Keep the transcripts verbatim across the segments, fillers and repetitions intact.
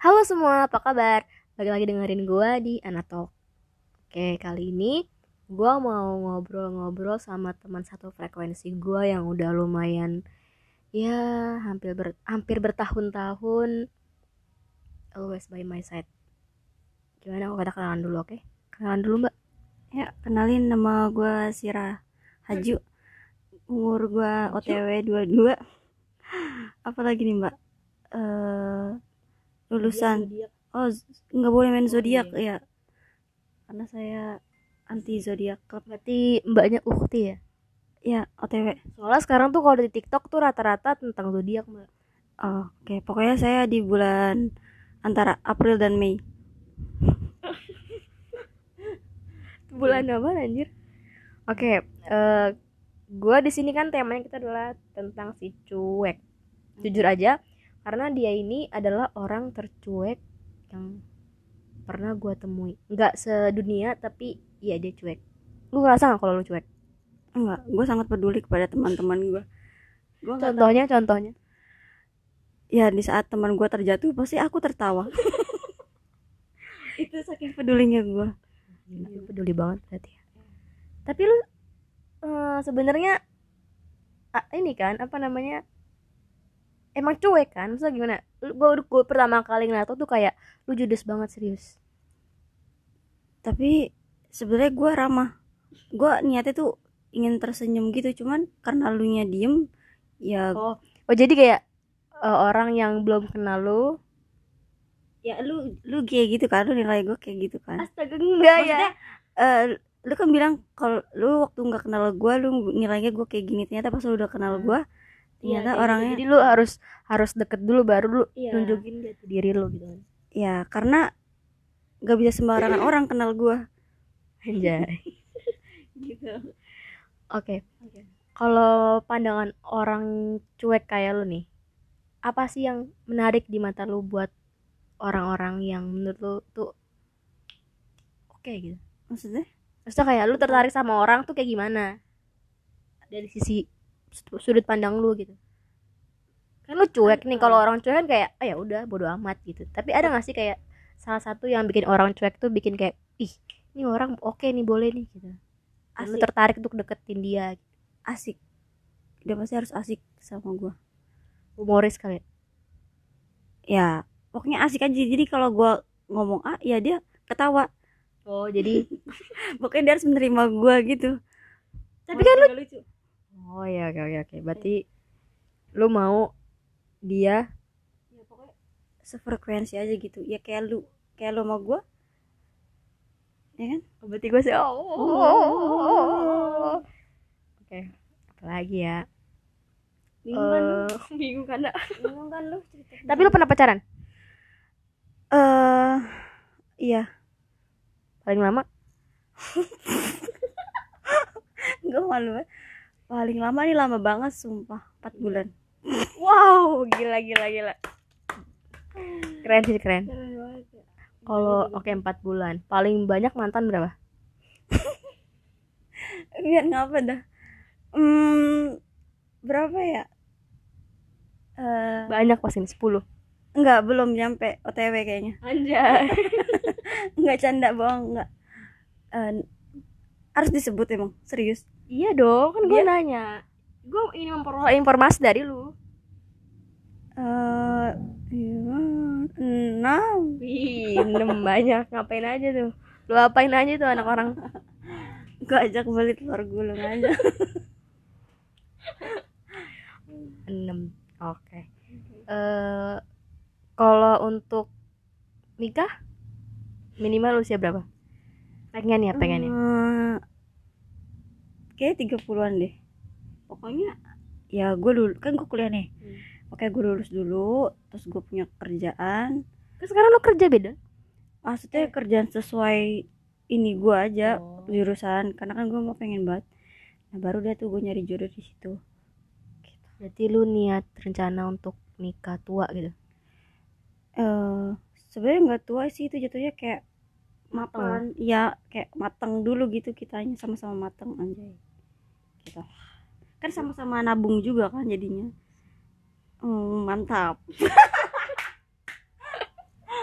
Halo semua, apa kabar? Balik lagi dengerin gue di Anatalk. Oke, kali ini gue mau ngobrol-ngobrol sama teman satu frekuensi gue yang udah lumayan, ya hampir ber, hampir bertahun-tahun always by my side. Gimana kalau kita kenalan dulu, oke? Kenalan dulu mbak. Ya, kenalin, nama gue Sira Haju. Umur gue O T W dua puluh dua. Apalagi nih mbak? Eh lulusan. Zodiak. Oh, z- nggak boleh main Oh, zodiak iya. ya. Karena saya anti zodiak club. Berarti mbaknya Ukti ya? Ya, O T W. Soalnya sekarang tuh kalau di TikTok tuh rata-rata tentang zodiak mbak. Oh, Oke, pokoknya saya di bulan antara April dan Mei. Bulan apa anjir? Oke, eh gue di sini kan temanya kita adalah tentang si cuek. Jujur aja, karena dia ini adalah orang tercuek yang pernah gue temui. Nggak sedunia, tapi iya dia cuek. Lu ngerasa nggak kalau lu cuek? Enggak, gue sangat peduli kepada teman-teman gue. Gue nggak tahu. Contohnya, contohnya. Ya, di saat teman gue terjatuh, pasti aku tertawa. Itu saking pedulinya gue. Lu peduli banget berarti ya. Tapi lu eh, sebenarnya ah, ini kan apa namanya? Emang cuek kan? Maksudnya gimana? Gue gue pertama kali ngeliat lu tuh kayak lu judes banget serius. Tapi sebenarnya gue ramah. Gue niatnya tuh ingin tersenyum gitu, cuman karena lu nya diem ya. Oh, oh jadi kayak eh, orang yang belum kenal lu. Ya lu lu kayak gitu kan, lu nilai gue kayak gitu kan. Astaga enggak ya. Maksudnya eh, lu kan bilang kalau lu waktu nggak kenal gue lu nilainya gue kayak gini, ternyata pas lu udah kenal gue Iya, ternyata kayak gitu. orangnya. Jadi lu harus harus deket dulu baru lu Iya. nunjukin jati diri lu gitu kan. Ya karena gak bisa sembarangan orang kenal gue Anjay. gitu. Oke. Kalau pandangan orang cuek kayak lu nih, apa sih yang menarik di mata lu buat orang-orang yang menurut lu tuh oke gitu? Maksudnya Maksudnya kayak lu tertarik sama orang tuh kayak gimana? Dari sisi sudut pandang lu gitu. Kan lu cuek nih, kalau orang cuek kan kayak ah ya udah bodo amat gitu. Tapi ada gak sih kayak salah satu yang bikin orang cuek tuh bikin kayak ih, ini orang oke nih, boleh nih gitu. Dan lu asik. tertarik untuk deketin dia gitu. Asik, dia pasti harus asik sama gue. Humoris kali ya. Ya pokoknya asik aja, jadi kalau gue ngomong A ya dia ketawa. Oh, jadi Pokoknya dia harus menerima gue gitu. tapi kan lu lucu. oh ya oke oke oke. Berarti lu mau dia Ya pokoknya sefrekuensi aja gitu. Ya kayak lu, kayak lu sama gue, ya kan? oh, berarti gue sih oh. Oke, apalagi ya? Bingung kan lu? Eh, bingung kan dak? Bingung kan lu cerita? Tapi lu pernah pacaran? Eh, iya. Paling lama? Gak malu ya. Paling lama nih, lama banget sumpah, empat bulan. Wow, gila gila gila. Keren sih keren. Keren banget ya. Kalau oke empat bulan. Paling banyak mantan berapa? Biar ngapa dah? Hmm, berapa ya? Eh, Banyak pasti sepuluh. enggak, belum nyampe O T W kayaknya. Anjay. Enggak, canda, bohong, enggak. Eh, harus disebut emang, serius. Iya dong, kan gue Dia- nanya. Gue ingin memperoleh informasi dari lu. Eh, iya, enam. Wih, enam banyak. Ngapain aja tuh? Lu apain aja tuh anak orang? Gue ajak beli telur gulung aja. enam. Oke. Eh kalau untuk nikah minimal usia berapa? Pengen ya, pengen ya. Eh, kayak tiga puluhan deh. Pokoknya ya gue dulu kan gue kuliah nih. Hmm. Oke, gue lulus dulu, terus gue punya kerjaan. Terus sekarang lu kerja beda? Maksudnya kerjaan sesuai ini gue aja, Oh. jurusan, karena kan gue mau pengen banget. Nah baru deh tuh gue nyari jodoh di situ. Berarti lu niat rencana untuk nikah tua gitu? Eh sebenarnya nggak tua sih, itu jatuhnya kayak mapan, ya kayak mateng dulu gitu, kitanya sama-sama mateng anjay. Gitu. Kan sama-sama nabung juga kan jadinya. Hmm, mantap.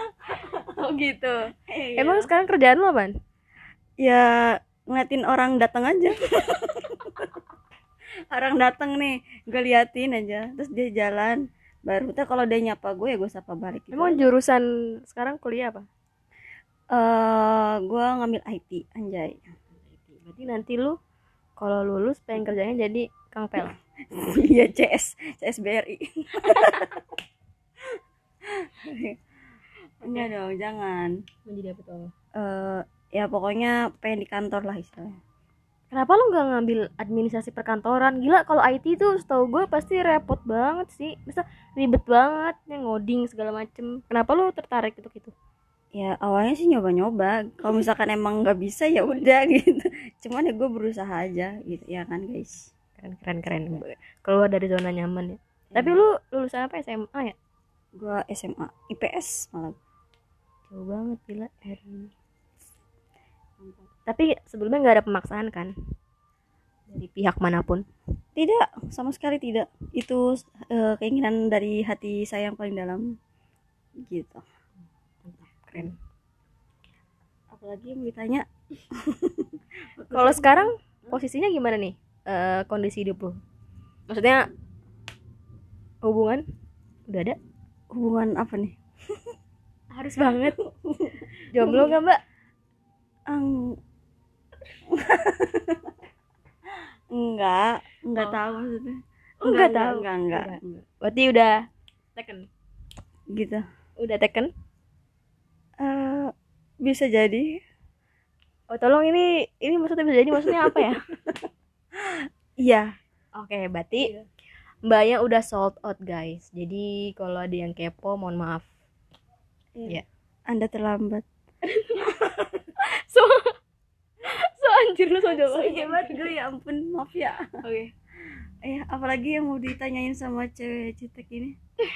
Oh gitu. Iya. Emang sekarang kerjaan lo apaan? Ya ngeliatin orang datang aja. Orang datang nih, gue liatin aja, terus dia jalan, baru tuh kalau dia nyapa gue ya gue sapa balik gitu. Emang jurusan sekarang kuliah apa? Eh, gue ngambil I T, anjay. Berarti nanti lu kalau lulus pengen kerjanya jadi Kang Pel. Iya, C S, C S B R I. Enggak dong, jangan. Menjadi apa tuh? Eh, ya pokoknya pengen di kantor lah istilahnya. Kenapa lu nggak ngambil administrasi perkantoran? Gila, kalau I T tuh setahu gue pasti repot banget sih. Bisa ribet banget, yang ngoding segala macem. Kenapa lu tertarik untuk itu? Ya awalnya sih nyoba-nyoba. Kalau misalkan emang nggak bisa ya udah gitu. Cuman ya gue berusaha aja gitu ya kan guys. Keren keren keren. Keluar dari zona nyaman ya. Tapi lu lulusan apa, S M A ya? Gue S M A, I P S malah. Jauh banget gila dari. Tapi sebelumnya nggak ada pemaksaan kan dari pihak manapun? Tidak, sama sekali tidak. Itu uh, keinginan dari hati saya yang paling dalam gitu. Keren. Apalagi yang ditanya. Kalau sekarang posisinya gimana nih, uh, kondisi hidup lu? Maksudnya hubungan udah ada? Hubungan apa nih? Harus banget. Jomblo nggak mbak? Ang... enggak, enggak oh. tahu maksudnya. Oh, enggak, enggak tahu. Enggak, enggak, enggak, enggak. Berarti udah taken. Gitu. Udah taken? Uh, bisa jadi. Oh, tolong ini ini maksudnya bisa jadi maksudnya apa ya? Iya. Oke, okay, berarti iya. Mbaknya udah sold out, guys. Jadi kalau ada yang kepo, mohon maaf. Iya. Yeah. Anda terlambat. so so anjir lu so jauh hebat gue, ya ampun, maaf ya. Oke. Okay. Eh, apalagi yang mau ditanyain sama cewek jutek ini?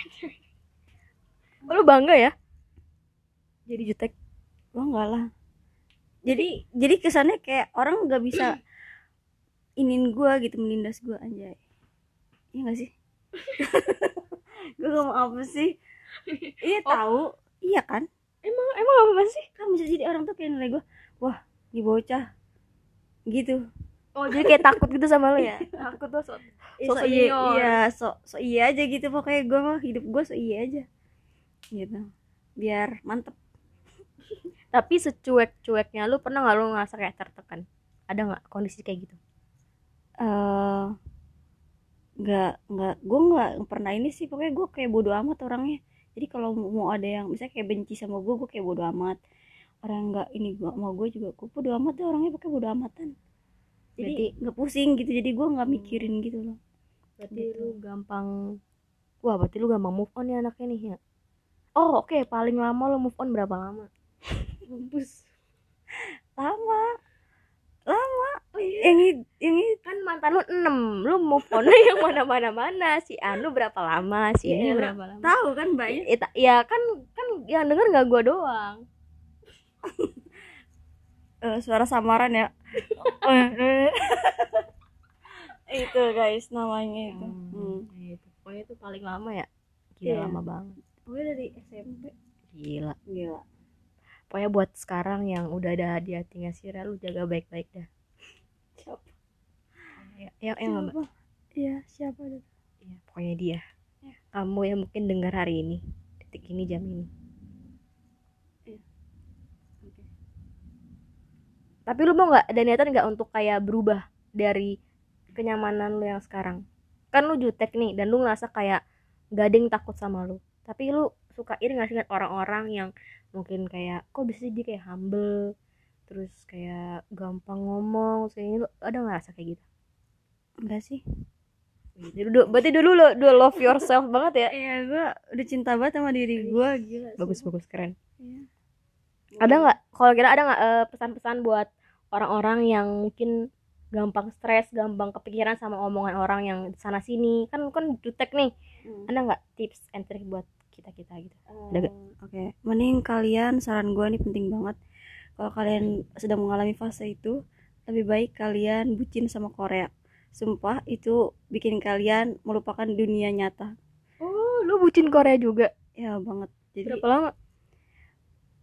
Oh, lu bangga ya jadi jutek? Gua enggak lah. Jadi jadi kesannya kayak orang nggak bisa inin gua gitu, menindas gua, anjay. Iya nggak sih? Gue ngomong apa sih? Iya oh. Tahu, iya kan? Emang emang apa sih? Kan bisa jadi orang tuh kayak nilai gue, wah di bocah gitu. Oh jadi kayak takut gitu sama lo ya? Takut tuh so, so, so iya, iya so, so iya aja gitu, pokoknya gue mah hidup gue so iya aja gitu, biar mantep. Tapi secuek-cueknya lu pernah nggak lu ngerasa kayak tertekan? Ada nggak kondisi kayak gitu? Uh, nggak nggak gue nggak pernah ini sih, pokoknya gue kayak bodo amat orangnya. Jadi kalau mau ada yang misalnya kayak benci sama gue, gue kayak bodo amat. Orang nggak ini gue mau gue juga gue bodo amat deh, orangnya pakai bodo amatan. Jadi nggak pusing gitu, jadi gue nggak mikirin gitu loh. Berarti gitu. Lu gampang, wah berarti lu gampang move on ya anaknya nih ya. Oh oke, okay. Paling lama lu move on berapa lama? Mampus. Lama, lama. Oh, iya. Yang ini kan mantan lu enam, lu move on yang mana-mana mana. Si Anu berapa lama, si ini ya, berapa lama? Tahu kan mbaknya? Ya, ya kan kan yang denger nggak gua doang. uh, suara samaran ya. Itu guys namanya itu. Hmm, hmm. Itu pokoknya itu paling lama ya. Gila yeah. Lama banget. Pokoknya dari S M P. Gila. Gila. Pokoknya buat sekarang yang udah ada di hatinya Sira, lu jaga baik-baik dah. Siapa? Ya, ya, siapa? Iya, siapa itu? Iya, pokoknya dia. Ya. Kamu yang mungkin dengar hari ini, detik ini, jam ini. Iya. Oke. Okay. Tapi lu mau nggak ada niatan nggak untuk kayak berubah dari kenyamanan lu yang sekarang? Kan lu jutek nih, dan lu ngerasa kayak gak ada yang takut sama lu. Tapi lu suka iri nggak sih lihat orang-orang yang mungkin kayak kok bisa sih dia kayak humble, terus kayak gampang ngomong, kayak lu ada nggak rasa kayak gitu? Enggak sih. Dulu, berarti dulu lo dulu love yourself banget ya? Iya, gue udah cinta banget sama diri gue, gila. Bagus sih. Bagus keren. Iya. Ada nggak? Kalau kira ada nggak uh, pesan-pesan buat orang-orang yang mungkin gampang stres, gampang kepikiran sama omongan orang yang sana sini? Kan kan jutek nih. Hmm. Ada nggak tips and trick buat kita kita gitu? Uh, Oke, okay. Mending kalian, saran gue nih penting banget. Kalau kalian sedang mengalami fase itu, lebih baik kalian bucin sama Korea. Sumpah itu bikin kalian melupakan dunia nyata. Oh, lu bucin Korea juga? Ya banget. Jadi berapa lama?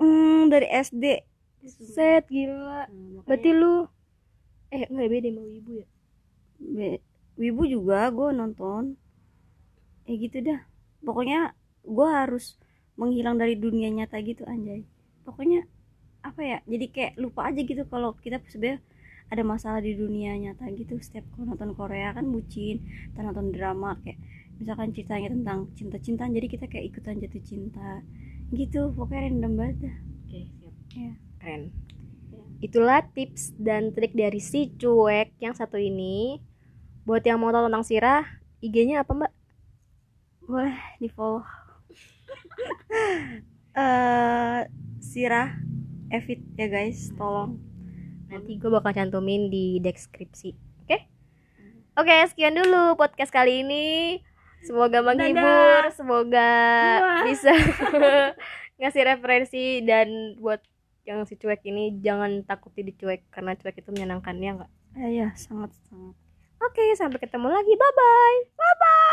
Hmm, dari S D. Set gila. Nah, Berarti lu eh enggak beda sama Wibu ya? Be- Wibu juga gue nonton. Eh gitu dah. Pokoknya gue harus menghilang dari dunia nyata gitu anjay. Pokoknya apa ya? Jadi kayak lupa aja gitu kalau kita sebenarnya ada masalah di dunia nyata gitu. Setiap kalau nonton Korea kan bucin, kita nonton drama kayak misalkan ceritanya tentang cinta-cintaan, jadi kita kayak ikutan jatuh cinta gitu. Pokoknya random banget dah. Oke, siap. Ya. Keren. Itulah tips dan trik dari si cuek yang satu ini. Buat yang mau tahu tentang Sirah, I G-nya apa, Mbak? Boleh di follow. uh, Sirah Evit ya guys, tolong. Nanti gue bakal cantumin di deskripsi. Oke? Oke, sekian dulu podcast kali ini. Semoga menghibur, Dadah. semoga Wah. bisa ngasih referensi, dan buat yang si cuek ini jangan takut dicuek karena cuek itu menyenangkan, ya enggak? Eh, ya sangat sangat. Oke, sampai ketemu lagi. Bye bye. Bye bye.